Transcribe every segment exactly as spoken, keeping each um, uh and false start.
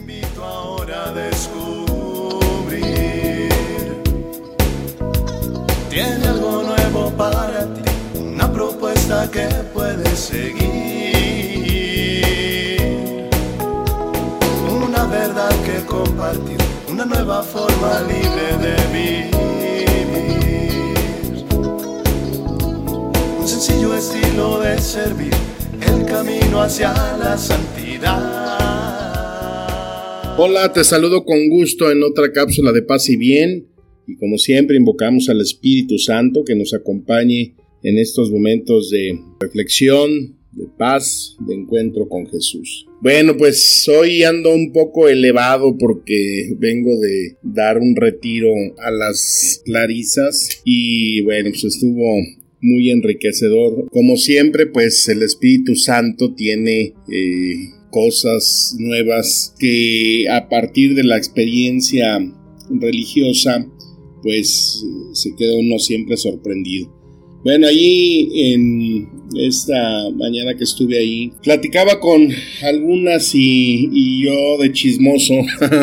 invito ahora a descubrir. Tiene algo nuevo para ti, una propuesta que puedes seguir, una verdad que compartir, una nueva forma libre de vivir, un sencillo estilo de servir, el camino hacia la santidad. Hola, te saludo con gusto en otra cápsula de paz y bien, y como siempre invocamos al Espíritu Santo que nos acompañe en estos momentos de reflexión, de paz, de encuentro con Jesús. Bueno, pues hoy ando un poco elevado porque vengo de dar un retiro a las Clarisas y bueno, pues estuvo muy enriquecedor. Como siempre, pues el Espíritu Santo tiene eh, cosas nuevas que a partir de la experiencia religiosa, pues se queda uno siempre sorprendido. Bueno, ahí en esta mañana que estuve ahí, platicaba con algunas y, y yo de chismoso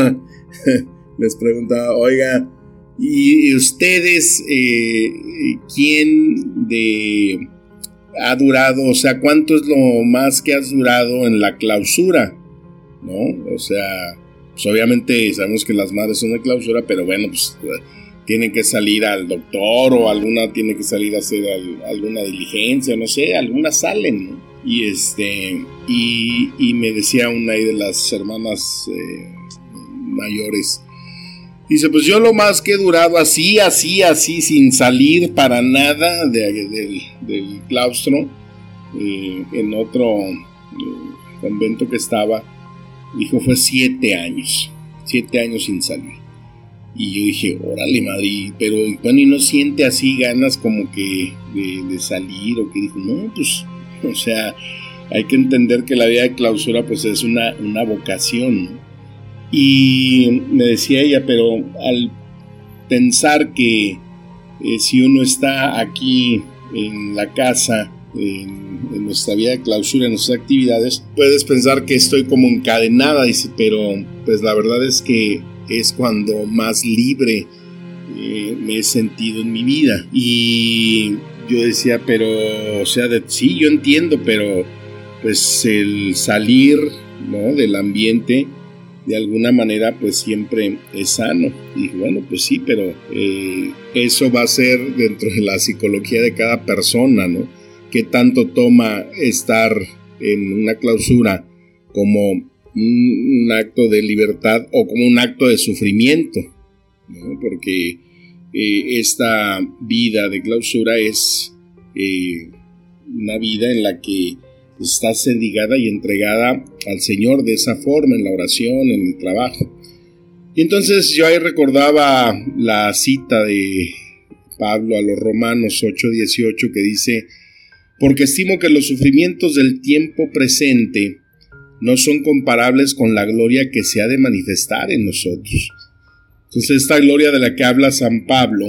les preguntaba, oiga, ¿y ustedes eh, quién de ha durado? O sea, ¿cuánto es lo más que has durado en la clausura? ¿No? O sea, pues obviamente sabemos que las madres son de clausura, pero bueno, pues tienen que salir al doctor o alguna tiene que salir a hacer al, alguna diligencia, no sé, algunas salen, ¿no? Y este, y, y me decía una de las hermanas eh, mayores, dice, pues yo lo más que he durado así, así, así, sin salir para nada de, de, de, del claustro, eh, en otro eh, convento que estaba, dijo, fue siete años, siete años sin salir. Y yo dije, órale madre, pero bueno, y no siente así ganas como que de, de salir, o que dijo, no, pues, o sea, hay que entender que la vida de clausura pues es una, una vocación, ¿no? Y me decía ella, pero al pensar que eh, si uno está aquí en la casa, en, en nuestra vida de clausura, en nuestras actividades, puedes pensar que estoy como encadenada, dice, pero pues la verdad es que es cuando más libre eh, me he sentido en mi vida. Y yo decía, pero, o sea, de, sí, yo entiendo, pero pues el salir, ¿no?, del ambiente, de alguna manera, pues siempre es sano. Y bueno, pues sí, pero eh, eso va a ser dentro de la psicología de cada persona, ¿no? ¿Qué tanto toma estar en una clausura como un acto de libertad o como un acto de sufrimiento, ¿no? Porque eh, esta vida de clausura es eh, una vida en la que estás dedicada y entregada al Señor de esa forma, en la oración, en el trabajo. Y entonces yo ahí recordaba la cita de Pablo a los Romanos ocho dieciocho que dice, porque estimo que los sufrimientos del tiempo presente no son comparables con la gloria que se ha de manifestar en nosotros. Entonces esta gloria de la que habla San Pablo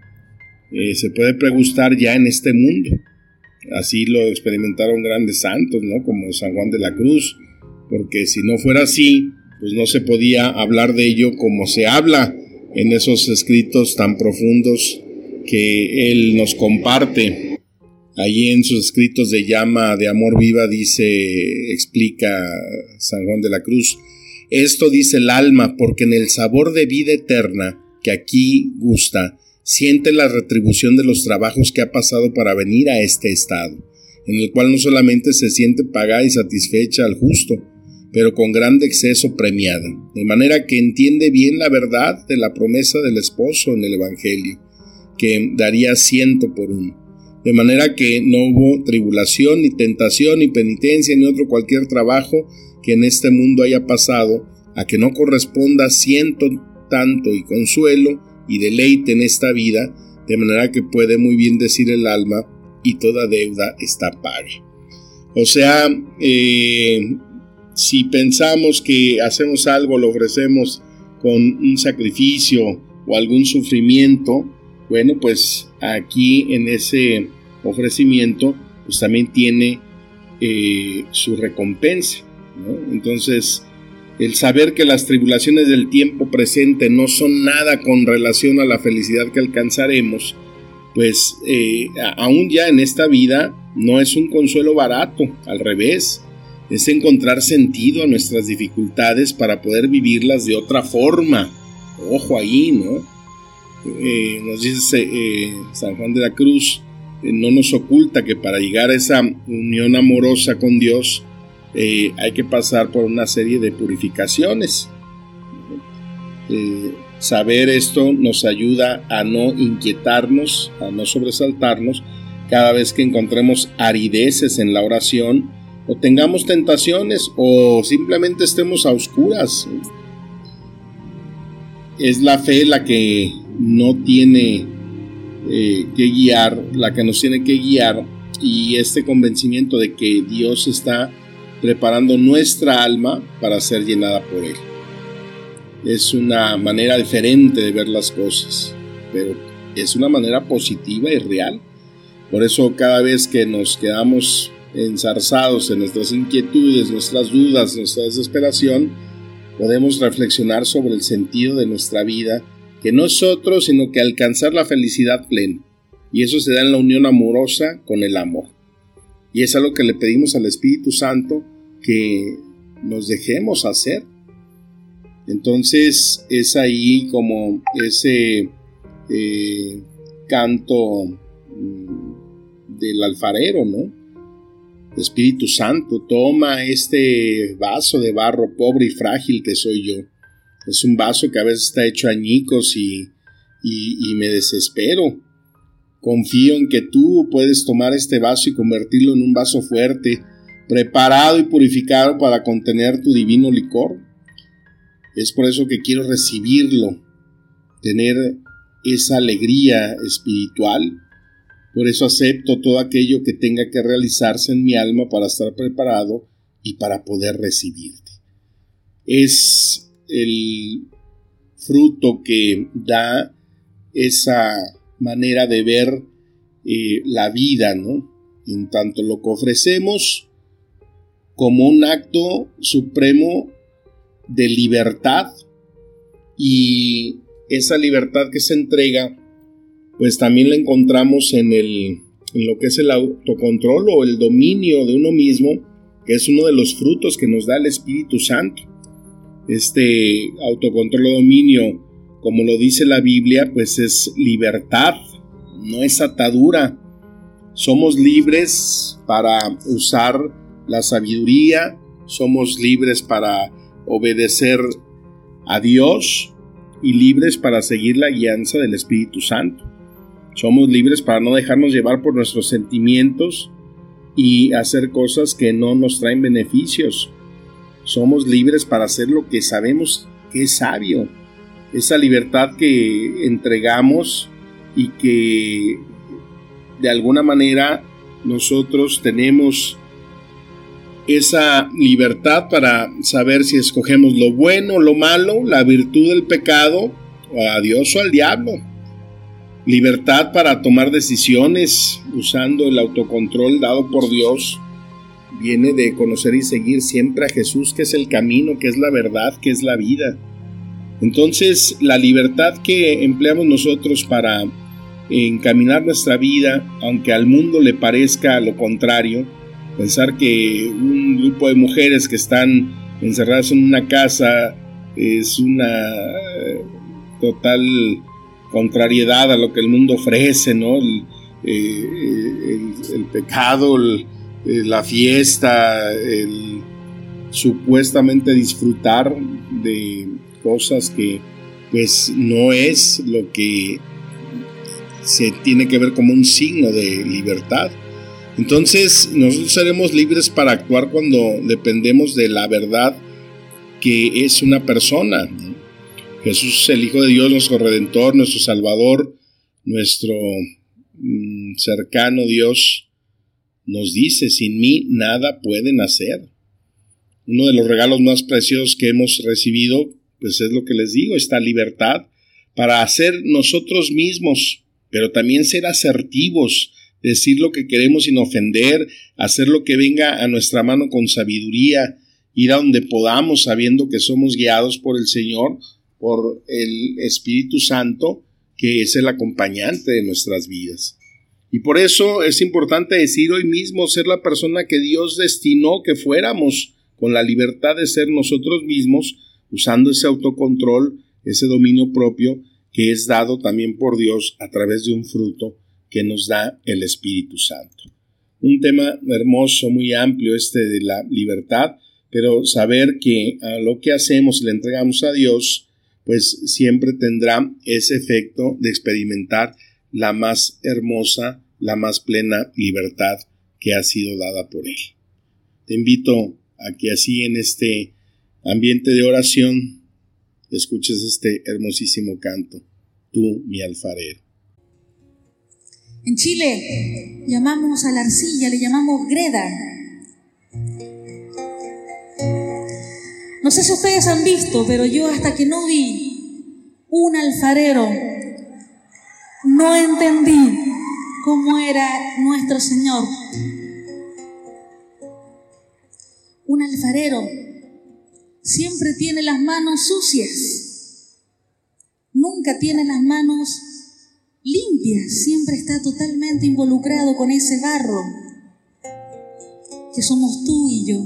eh, se puede pregustar ya en este mundo. Así lo experimentaron grandes santos, ¿no? Como San Juan de la Cruz, porque si no fuera así, pues no se podía hablar de ello como se habla en esos escritos tan profundos que él nos comparte. Allí en sus escritos de llama de amor viva dice, explica San Juan de la Cruz, esto dice el alma porque en el sabor de vida eterna que aquí gusta, siente la retribución de los trabajos que ha pasado para venir a este estado, en el cual no solamente se siente pagada y satisfecha al justo, pero con grande exceso premiada, de manera que entiende bien la verdad de la promesa del esposo en el Evangelio, que daría ciento por uno. De manera que no hubo tribulación, ni tentación, ni penitencia, ni otro cualquier trabajo que en este mundo haya pasado, a que no corresponda ciento tanto y consuelo y deleite en esta vida, de manera que puede muy bien decir el alma, y toda deuda está paga. O sea, eh, si pensamos que hacemos algo, lo ofrecemos con un sacrificio o algún sufrimiento, bueno, pues aquí en ese ofrecimiento pues también tiene eh, su recompensa, ¿no? Entonces el saber que las tribulaciones del tiempo presente no son nada con relación a la felicidad que alcanzaremos, pues eh, aún ya en esta vida no es un consuelo barato, al revés, es encontrar sentido a nuestras dificultades para poder vivirlas de otra forma. Ojo ahí, ¿no? Eh, nos dice eh, San Juan de la Cruz, eh, no nos oculta que para llegar a esa unión amorosa con Dios eh, hay que pasar por una serie de purificaciones. Eh, saber esto nos ayuda a no inquietarnos, a no sobresaltarnos cada vez que encontremos arideces en la oración o tengamos tentaciones o simplemente estemos a oscuras. Es la fe la que no tiene eh, que guiar, la que nos tiene que guiar, y este convencimiento de que Dios está preparando nuestra alma para ser llenada por Él. Es una manera diferente de ver las cosas, pero es una manera positiva y real. Por eso cada vez que nos quedamos enzarzados en nuestras inquietudes, nuestras dudas, nuestra desesperación, podemos reflexionar sobre el sentido de nuestra vida, que no es otro sino que alcanzar la felicidad plena. Y eso se da en la unión amorosa con el amor. Y es algo que le pedimos al Espíritu Santo que nos dejemos hacer. Entonces es ahí como ese eh, canto mm, del alfarero, ¿no? Espíritu Santo, toma este vaso de barro pobre y frágil que soy yo. Es un vaso que a veces está hecho añicos y, y, y me desespero. Confío en que tú puedes tomar este vaso y convertirlo en un vaso fuerte, preparado y purificado para contener tu divino licor. Es por eso que quiero recibirlo, tener esa alegría espiritual. Por eso acepto todo aquello que tenga que realizarse en mi alma para estar preparado y para poder recibirte. Es el fruto que da esa manera de ver eh, la vida, ¿no? En tanto lo que ofrecemos como un acto supremo de libertad, y esa libertad que se entrega pues también la encontramos en, el, en lo que es el autocontrol o el dominio de uno mismo, que es uno de los frutos que nos da el Espíritu Santo. Este autocontrol o dominio, como lo dice la Biblia, pues es libertad, no es atadura. Somos libres para usar la sabiduría, somos libres para obedecer a Dios y libres para seguir la guianza del Espíritu Santo. Somos libres para no dejarnos llevar por nuestros sentimientos y hacer cosas que no nos traen beneficios. Somos libres para hacer lo que sabemos que es sabio. Esa libertad que entregamos y que de alguna manera nosotros tenemos esa libertad para saber si escogemos lo bueno o lo malo, la virtud del pecado, o a Dios o al diablo. Libertad para tomar decisiones usando el autocontrol dado por Dios. Viene de conocer y seguir siempre a Jesús, que es el camino, que es la verdad, que es la vida. Entonces, la libertad que empleamos nosotros para encaminar nuestra vida, aunque al mundo le parezca lo contrario, pensar que un grupo de mujeres que están encerradas en una casa es una total contrariedad a lo que el mundo ofrece, ¿no? El, eh, el, el pecado, el, la fiesta, el supuestamente disfrutar de cosas que pues no es lo que se tiene que ver como un signo de libertad. Entonces nosotros seremos libres para actuar cuando dependemos de la verdad que es una persona, ¿no? Jesús, el Hijo de Dios, nuestro Redentor, nuestro Salvador, nuestro mm, cercano Dios, nos dice: sin mí nada pueden hacer. Uno de los regalos más preciosos que hemos recibido, pues es lo que les digo, esta libertad para hacer nosotros mismos, pero también ser asertivos, decir lo que queremos sin ofender, hacer lo que venga a nuestra mano con sabiduría, ir a donde podamos, sabiendo que somos guiados por el Señor, por el Espíritu Santo, que es el acompañante de nuestras vidas. Y por eso es importante decir hoy mismo, ser la persona que Dios destinó que fuéramos, con la libertad de ser nosotros mismos, usando ese autocontrol, ese dominio propio, que es dado también por Dios a través de un fruto que nos da el Espíritu Santo. Un tema hermoso, muy amplio este de la libertad, pero saber que a lo que hacemos y le entregamos a Dios, pues siempre tendrá ese efecto de experimentar la más hermosa, la más plena libertad que ha sido dada por Él. Te invito a que así en este ambiente de oración escuches este hermosísimo canto, Tú, mi alfarero. En Chile llamamos a la arcilla, le llamamos greda. No sé si ustedes han visto, pero yo hasta que no vi un alfarero, no entendí cómo era nuestro Señor. Un alfarero siempre tiene las manos sucias, nunca tiene las manos limpias, siempre está totalmente involucrado con ese barro que somos tú y yo.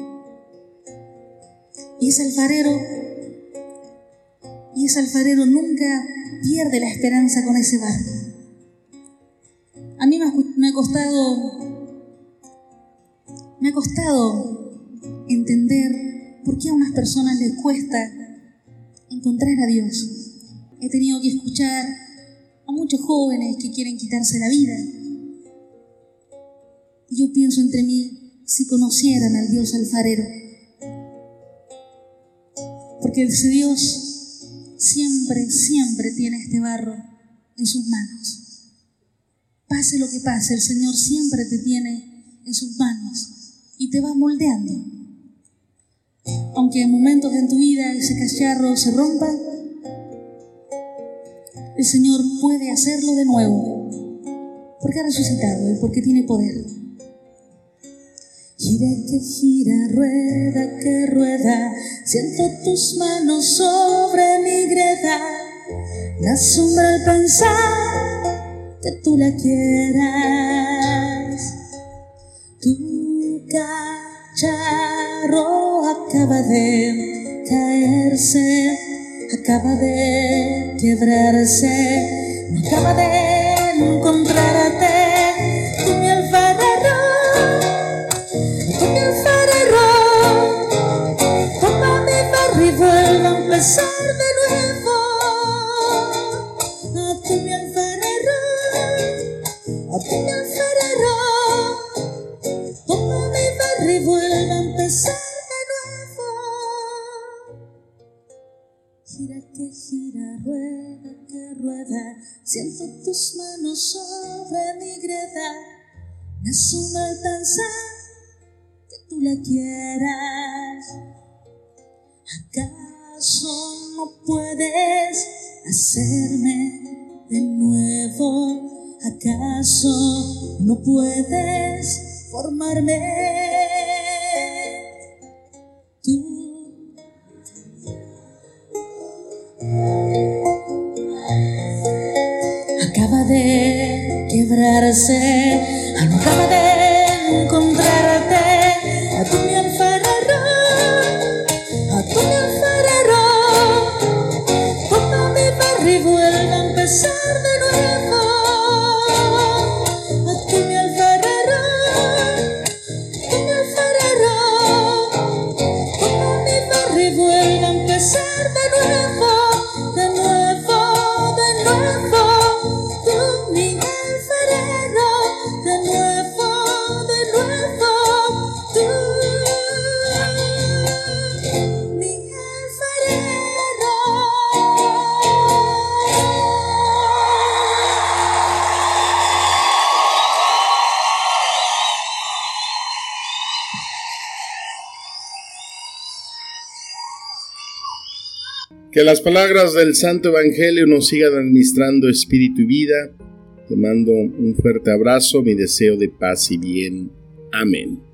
Y ese alfarero, y ese alfarero nunca pierde la esperanza con ese barro. A mí me ha costado, me ha costado entender por qué a unas personas les cuesta encontrar a Dios. He tenido que escuchar a muchos jóvenes que quieren quitarse la vida. Y yo pienso entre mí, si conocieran al Dios alfarero. Porque ese Dios siempre, siempre tiene este barro en sus manos. Pase lo que pase, el Señor siempre te tiene en sus manos y te va moldeando. Aunque en momentos en tu vida ese cacharro se rompa, el Señor puede hacerlo de nuevo, porque ha resucitado y porque tiene poder. Gira que gira, rueda que rueda, siento tus manos sobre mi greda. Me asombra al pensar que tú la quieras. Tu cacharro acaba de caerse, acaba de quebrarse, no acaba de encontrarte. Tú mi alfarero, tú mi alfarero, toma mi barro y vuelve a empezar de nuevo. A ti mi alfarero, a ti mi alfarero, toma mi barro y vuelve a empezar de nuevo. Gira que gira, rueda que rueda, siento tus manos sobre mi greda. Me asombra al pensar que tú la quieras. ¿Acaso no puedes hacerme de nuevo? ¿Acaso no puedes formarme? Tú acaba de quebrarse, acaba de encontrarte. A tu mi alfarero, a tu mi alfarero, toma mi barro y vuelve a empezar de nuevo. A tu mi alfarero, tu mi alfarero, toma mi barro y vuelve a empezar de nuevo, de nuevo, de nuevo. Tú mi alfarero, de nuevo, de nuevo. Tú mi alfarero. Que las palabras del Santo Evangelio nos sigan administrando espíritu y vida. Te mando un fuerte abrazo, mi deseo de paz y bien. Amén.